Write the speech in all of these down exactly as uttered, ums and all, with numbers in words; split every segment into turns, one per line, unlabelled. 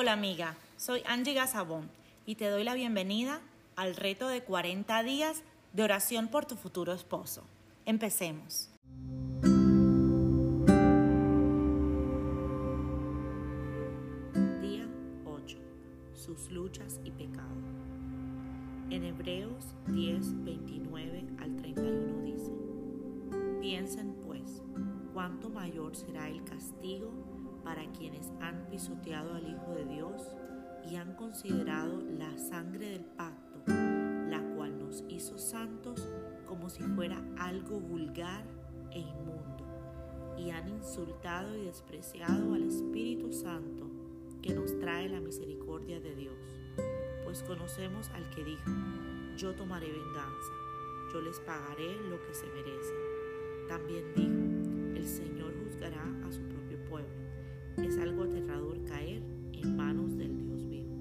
Hola amiga, soy Angie Gazabón y te doy la bienvenida al reto de cuarenta días de oración por tu futuro esposo. Empecemos. Día ocho. Sus luchas y pecado. En Hebreos diez, veintinueve al treinta y uno dice: Piensen pues, cuánto mayor será el castigo para quienes han pisoteado al Hijo de Dios y han considerado la sangre del pacto, la cual nos hizo santos, como si fuera algo vulgar e inmundo, y han insultado y despreciado al Espíritu Santo que nos trae la misericordia de Dios. Pues conocemos al que dijo: yo tomaré venganza, yo les pagaré lo que se merecen. También dijo: el Señor juzgará a su propio pueblo. Es algo aterrador caer en manos del Dios vivo.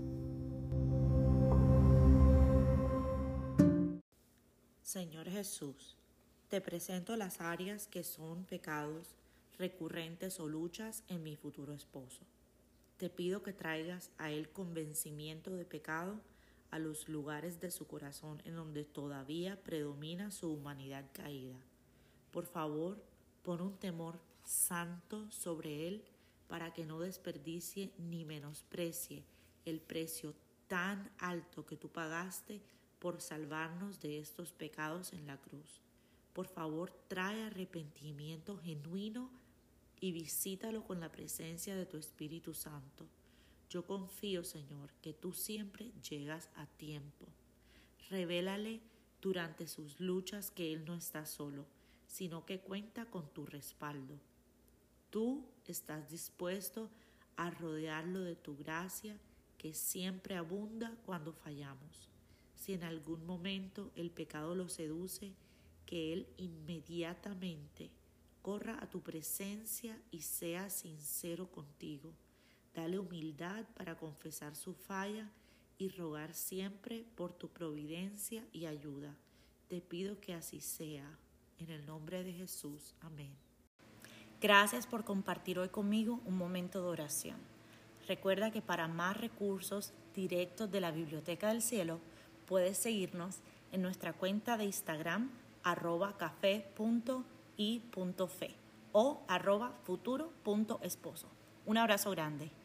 Señor Jesús, te presento las áreas que son pecados recurrentes o luchas en mi futuro esposo. Te pido que traigas a él convencimiento de pecado a los lugares de su corazón en donde todavía predomina su humanidad caída. Por favor, pon un temor santo sobre él para que no desperdicie ni menosprecie el precio tan alto que tú pagaste por salvarnos de estos pecados en la cruz. Por favor, trae arrepentimiento genuino y visítalo con la presencia de tu Espíritu Santo. Yo confío, Señor, que tú siempre llegas a tiempo. Revélale durante sus luchas que él no está solo, sino que cuenta con tu respaldo. Tú estás dispuesto a rodearlo de tu gracia, que siempre abunda cuando fallamos. Si en algún momento el pecado lo seduce, que él inmediatamente corra a tu presencia y sea sincero contigo. Dale humildad para confesar su falla y rogar siempre por tu providencia y ayuda. Te pido que así sea. En el nombre de Jesús. Amén. Gracias por compartir hoy conmigo un momento de oración. Recuerda que para más recursos directos de la Biblioteca del Cielo, puedes seguirnos en nuestra cuenta de Instagram, arroba café punto y punto fe o arroba futuro punto esposo. Un abrazo grande.